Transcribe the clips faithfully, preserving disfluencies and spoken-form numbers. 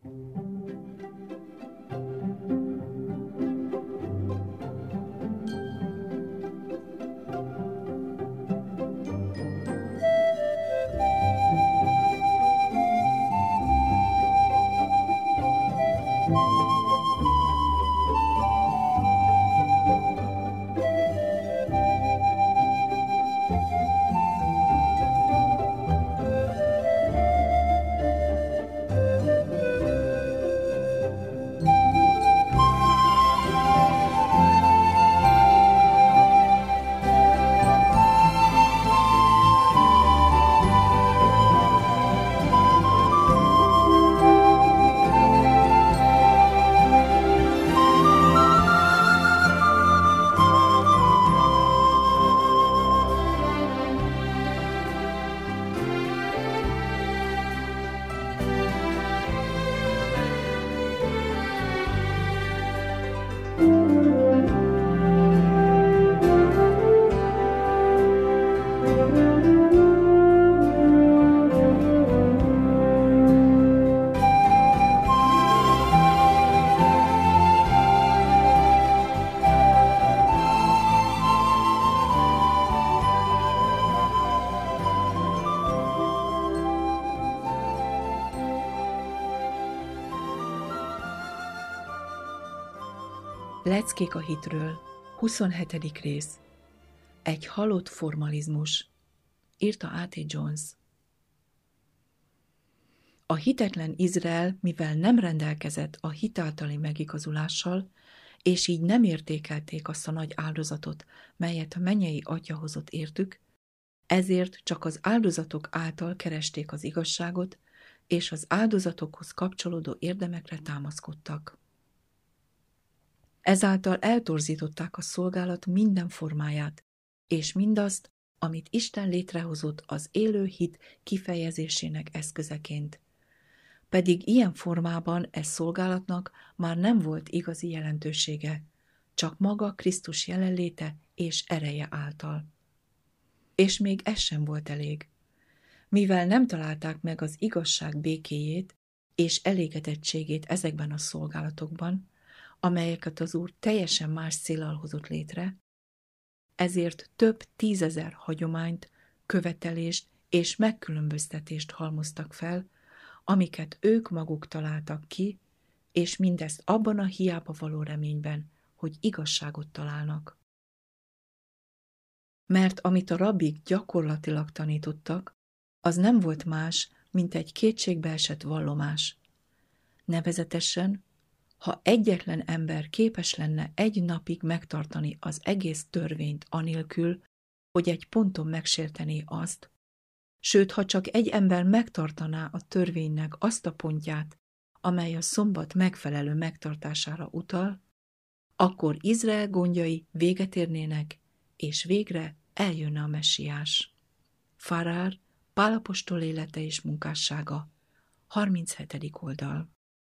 Leckék a hitről, huszonhetedik rész. Egy halott formalizmus. Írta á té Jones. A hitetlen Izrael, mivel nem rendelkezett a hit általi megigazulással, és így nem értékelték azt a nagy áldozatot, melyet a mennyei Atya hozott értük, ezért csak az áldozatok által keresték az igazságot, és az áldozatokhoz kapcsolódó érdemekre támaszkodtak. Ezáltal eltorzították a szolgálat minden formáját, és mindazt, amit Isten létrehozott az élő hit kifejezésének eszközeként. Pedig ilyen formában e szolgálatnak már nem volt igazi jelentősége, csak maga Krisztus jelenléte és ereje által. És még ez sem volt elég. Mivel nem találták meg az igazság békéjét és elégedettségét ezekben a szolgálatokban, amelyeket az Úr teljesen más céllal hozott létre, ezért több tízezer hagyományt, követelést és megkülönböztetést halmoztak fel, amiket ők maguk találtak ki, és mindezt abban a hiába való reményben, hogy igazságot találnak. Mert amit a rabbik gyakorlatilag tanítottak, az nem volt más, mint egy kétségbeesett vallomás. Nevezetesen, ha egyetlen ember képes lenne egy napig megtartani az egész törvényt anélkül, hogy egy ponton megsértené azt, sőt, ha csak egy ember megtartaná a törvénynek azt a pontját, amely a szombat megfelelő megtartására utal, akkor Izrael gondjai véget érnének, és végre eljönne a messiás. Farár, Pál apostol élete és munkássága, harminchetedik oldal.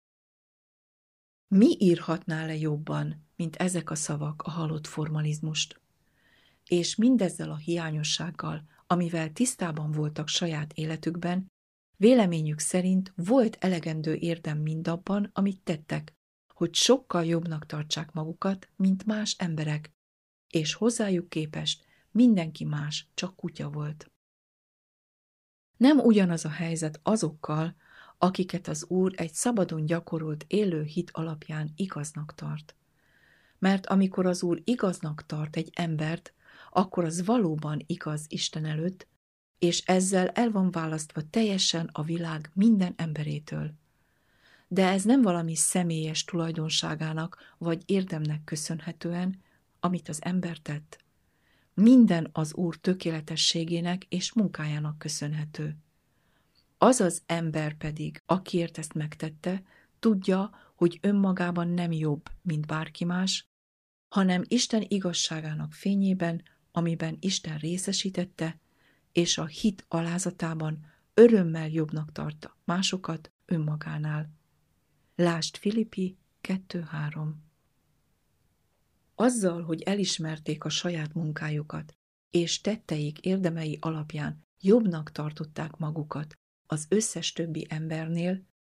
Mi írhatná le jobban, mint ezek a szavak a halott formalizmust? És mindezzel a hiányossággal, amivel tisztában voltak saját életükben, véleményük szerint volt elegendő érdem mindabban, amit tettek, hogy sokkal jobbnak tartsák magukat, mint más emberek, és hozzájuk képest mindenki más, csak kutya volt. Nem ugyanaz a helyzet azokkal, akiket az Úr egy szabadon gyakorolt élő hit alapján igaznak tart. Mert amikor az Úr igaznak tart egy embert, akkor az valóban igaz Isten előtt, és ezzel el van választva teljesen a világ minden emberétől. De ez nem valami személyes tulajdonságának vagy érdemnek köszönhetően, amit az ember tett. Minden az Úr tökéletességének és munkájának köszönhető. Az az ember pedig, akiért ezt megtette, tudja, hogy önmagában nem jobb, mint bárki más, hanem Isten igazságának fényében, amiben Isten részesítette, és a hit alázatában örömmel jobbnak tartta másokat önmagánál. Lásd Filippi kettő három. Azzal, hogy elismerték a saját munkájukat, és tetteik érdemei alapján jobbnak tartották magukat az összes többi embernél,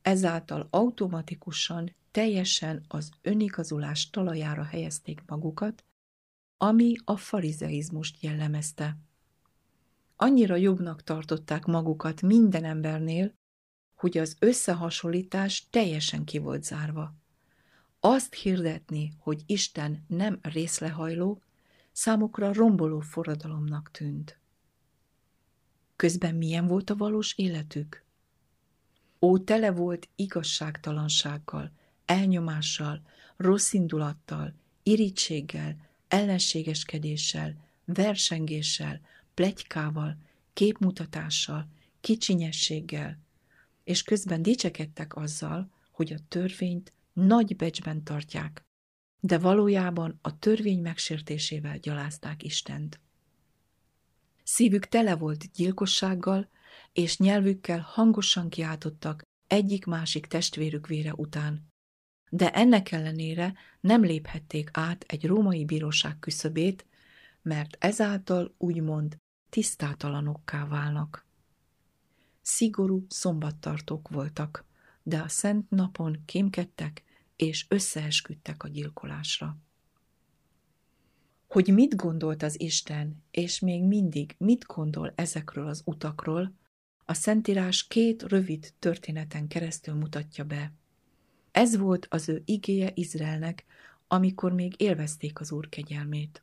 ezáltal automatikusan teljesen az önigazolás talajára helyezték magukat, ami a farizeizmust jellemezte. Annyira jobbnak tartották magukat minden embernél, hogy az összehasonlítás teljesen ki volt zárva. Azt hirdetni, hogy Isten nem részlehajló, számukra romboló forradalomnak tűnt. Közben milyen volt a valós életük? Ó, tele volt igazságtalansággal, elnyomással, rosszindulattal, irítséggel, ellenségeskedéssel, versengéssel, pletykával, képmutatással, kicsinyességgel, és közben dicsekedtek azzal, hogy a törvényt nagy becsben tartják, de valójában a törvény megsértésével gyalázták Istent. Szívük tele volt gyilkossággal, és nyelvükkel hangosan kiáltottak egyik-másik testvérük vére után. De ennek ellenére nem léphették át egy római bíróság küszöbét, mert ezáltal úgymond tisztátalanokká válnak. Szigorú szombattartók voltak, de a szent napon kémkedtek és összeesküdtek a gyilkolásra. Hogy mit gondolt az Isten, és még mindig mit gondol ezekről az utakról, a Szentírás két rövid történeten keresztül mutatja be. Ez volt az ő igéje Izraelnek, amikor még élvezték az Úr kegyelmét.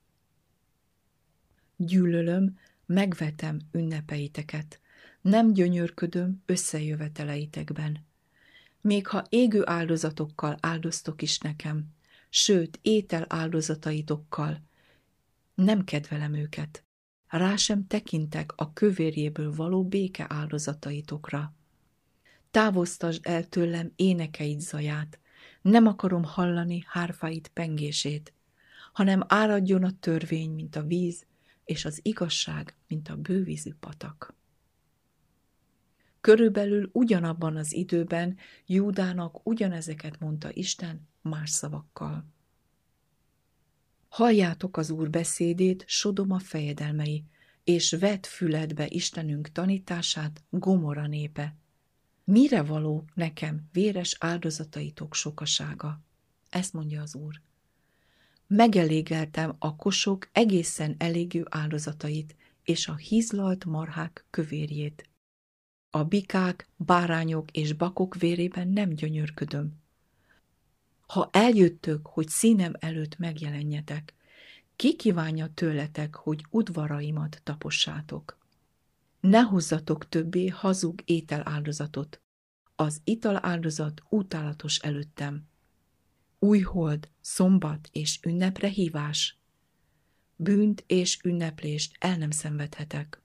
Gyűlölöm, megvetem ünnepeiteket, nem gyönyörködöm összejöveteleitekben. Még ha égő áldozatokkal áldoztok is nekem, sőt, étel áldozataitokkal, nem kedvelem őket, rá sem tekintek a kövérjéből való béke áldozataitokra. Távoztasd el tőlem énekeid zaját, nem akarom hallani hárfáid pengését, hanem áradjon a törvény, mint a víz, és az igazság, mint a bővízű patak. Körülbelül ugyanabban az időben Júdának ugyanezeket mondta Isten más szavakkal. Halljátok az Úr beszédét, Sodoma fejedelmei, és vedd füledbe Istenünk tanítását, Gomorra népe. Mire való nekem véres áldozataitok sokasága? Ezt mondja az Úr. Megelégeltem a kosok egészen elégő áldozatait, és a hízlalt marhák kövérjét. A bikák, bárányok és bakok vérében nem gyönyörködöm. Ha eljöttök, hogy színem előtt megjelenjetek, ki kívánja tőletek, hogy udvaraimat tapossátok? Ne hozzatok többé hazug ételáldozatot. Az italáldozat utálatos előttem. Újhold, szombat és ünnepre hívás. Bűnt és ünneplést el nem szenvedhetek.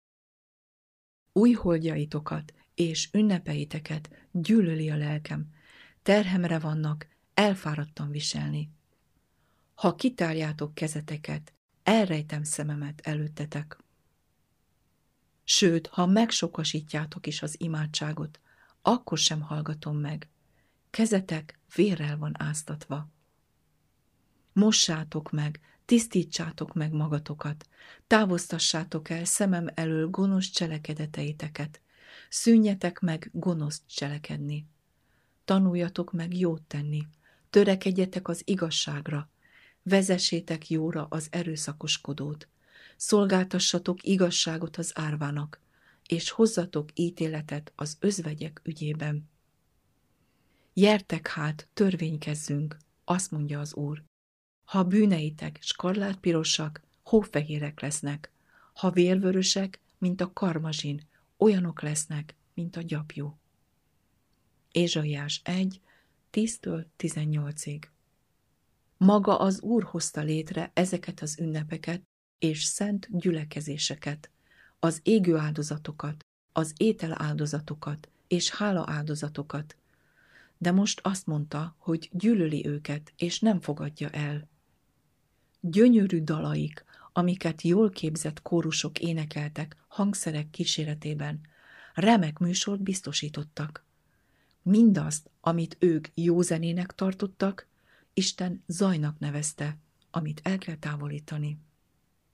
Újholdjaitokat és ünnepeiteket gyűlöli a lelkem, terhemre vannak, elfáradtam viselni. Ha kitárjátok kezeteket, elrejtem szememet előttetek. Sőt, ha megsokasítjátok is az imádságot, akkor sem hallgatom meg. Kezetek vérrel van áztatva. Mossátok meg, tisztítsátok meg magatokat, távoztassátok el szemem elől gonosz cselekedeteiteket, szűnjetek meg gonoszt cselekedni. Tanuljatok meg jót tenni, törekedjetek az igazságra, vezessétek jóra az erőszakoskodót, szolgáltassatok igazságot az árvának, és hozzatok ítéletet az özvegyek ügyében. Jertek hát, törvénykezzünk, azt mondja az Úr. Ha bűneitek skarlátpirosak, hófehérek lesznek, ha vérvörösek, mint a karmazsin, olyanok lesznek, mint a gyapjú. Ézsaiás egy, tíztől tizennyolcig. Maga az Úr hozta létre ezeket az ünnepeket és szent gyülekezéseket, az égő áldozatokat, az étel áldozatokat és hála áldozatokat, de most azt mondta, hogy gyűlöli őket, és nem fogadja el. Gyönyörű dalaik, amiket jól képzett kórusok énekeltek hangszerek kíséretében, remek műsort biztosítottak. Mindazt, amit ők jó zenének tartottak, Isten zajnak nevezte, amit el kell távolítani.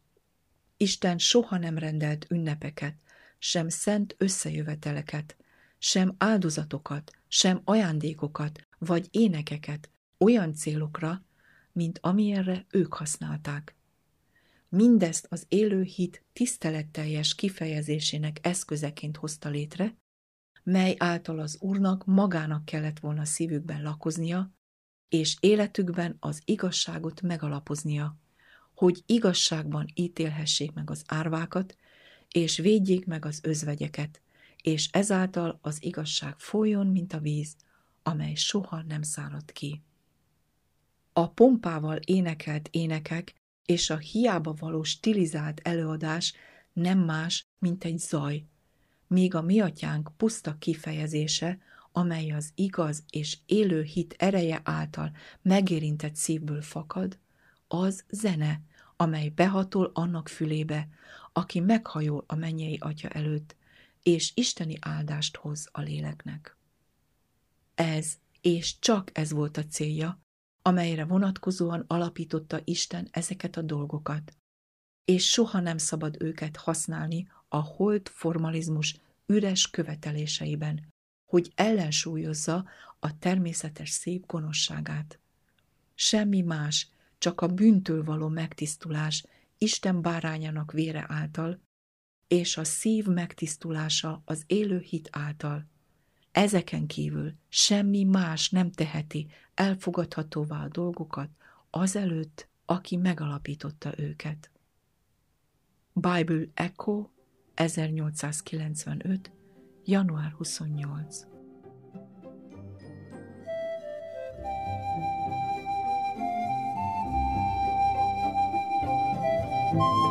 Isten soha nem rendelt ünnepeket, sem szent összejöveteleket, sem áldozatokat, sem ajándékokat vagy énekeket olyan célokra, mint amilyenre ők használták. Mindezt az élő hit tiszteletteljes kifejezésének eszközeként hozta létre, mely által az Úrnak magának kellett volna szívükben lakoznia, és életükben az igazságot megalapoznia, hogy igazságban ítélhessék meg az árvákat, és védjék meg az özvegyeket, és ezáltal az igazság folyjon, mint a víz, amely soha nem szárad ki. A pompával énekelt énekek és a hiába való stilizált előadás nem más, mint egy zaj, míg a mi atyánk puszta kifejezése, amely az igaz és élő hit ereje által megérintett szívből fakad, az zene, amely behatol annak fülébe, aki meghajol a mennyei Atya előtt, és isteni áldást hoz a léleknek. Ez, és csak ez volt a célja, amelyre vonatkozóan alapította Isten ezeket a dolgokat, és soha nem szabad őket használni a holt formalizmus üres követeléseiben, hogy ellensúlyozza a természetes szép gonoszságát. Semmi más, csak a bűntől való megtisztulás Isten bárányának vére által, és a szív megtisztulása az élő hit által. Ezeken kívül semmi más nem teheti elfogadhatóvá a dolgokat azelőtt, aki megalapította őket. Bible Echo, ezernyolcszázkilencvenöt. január huszonnyolcadika. Thank you.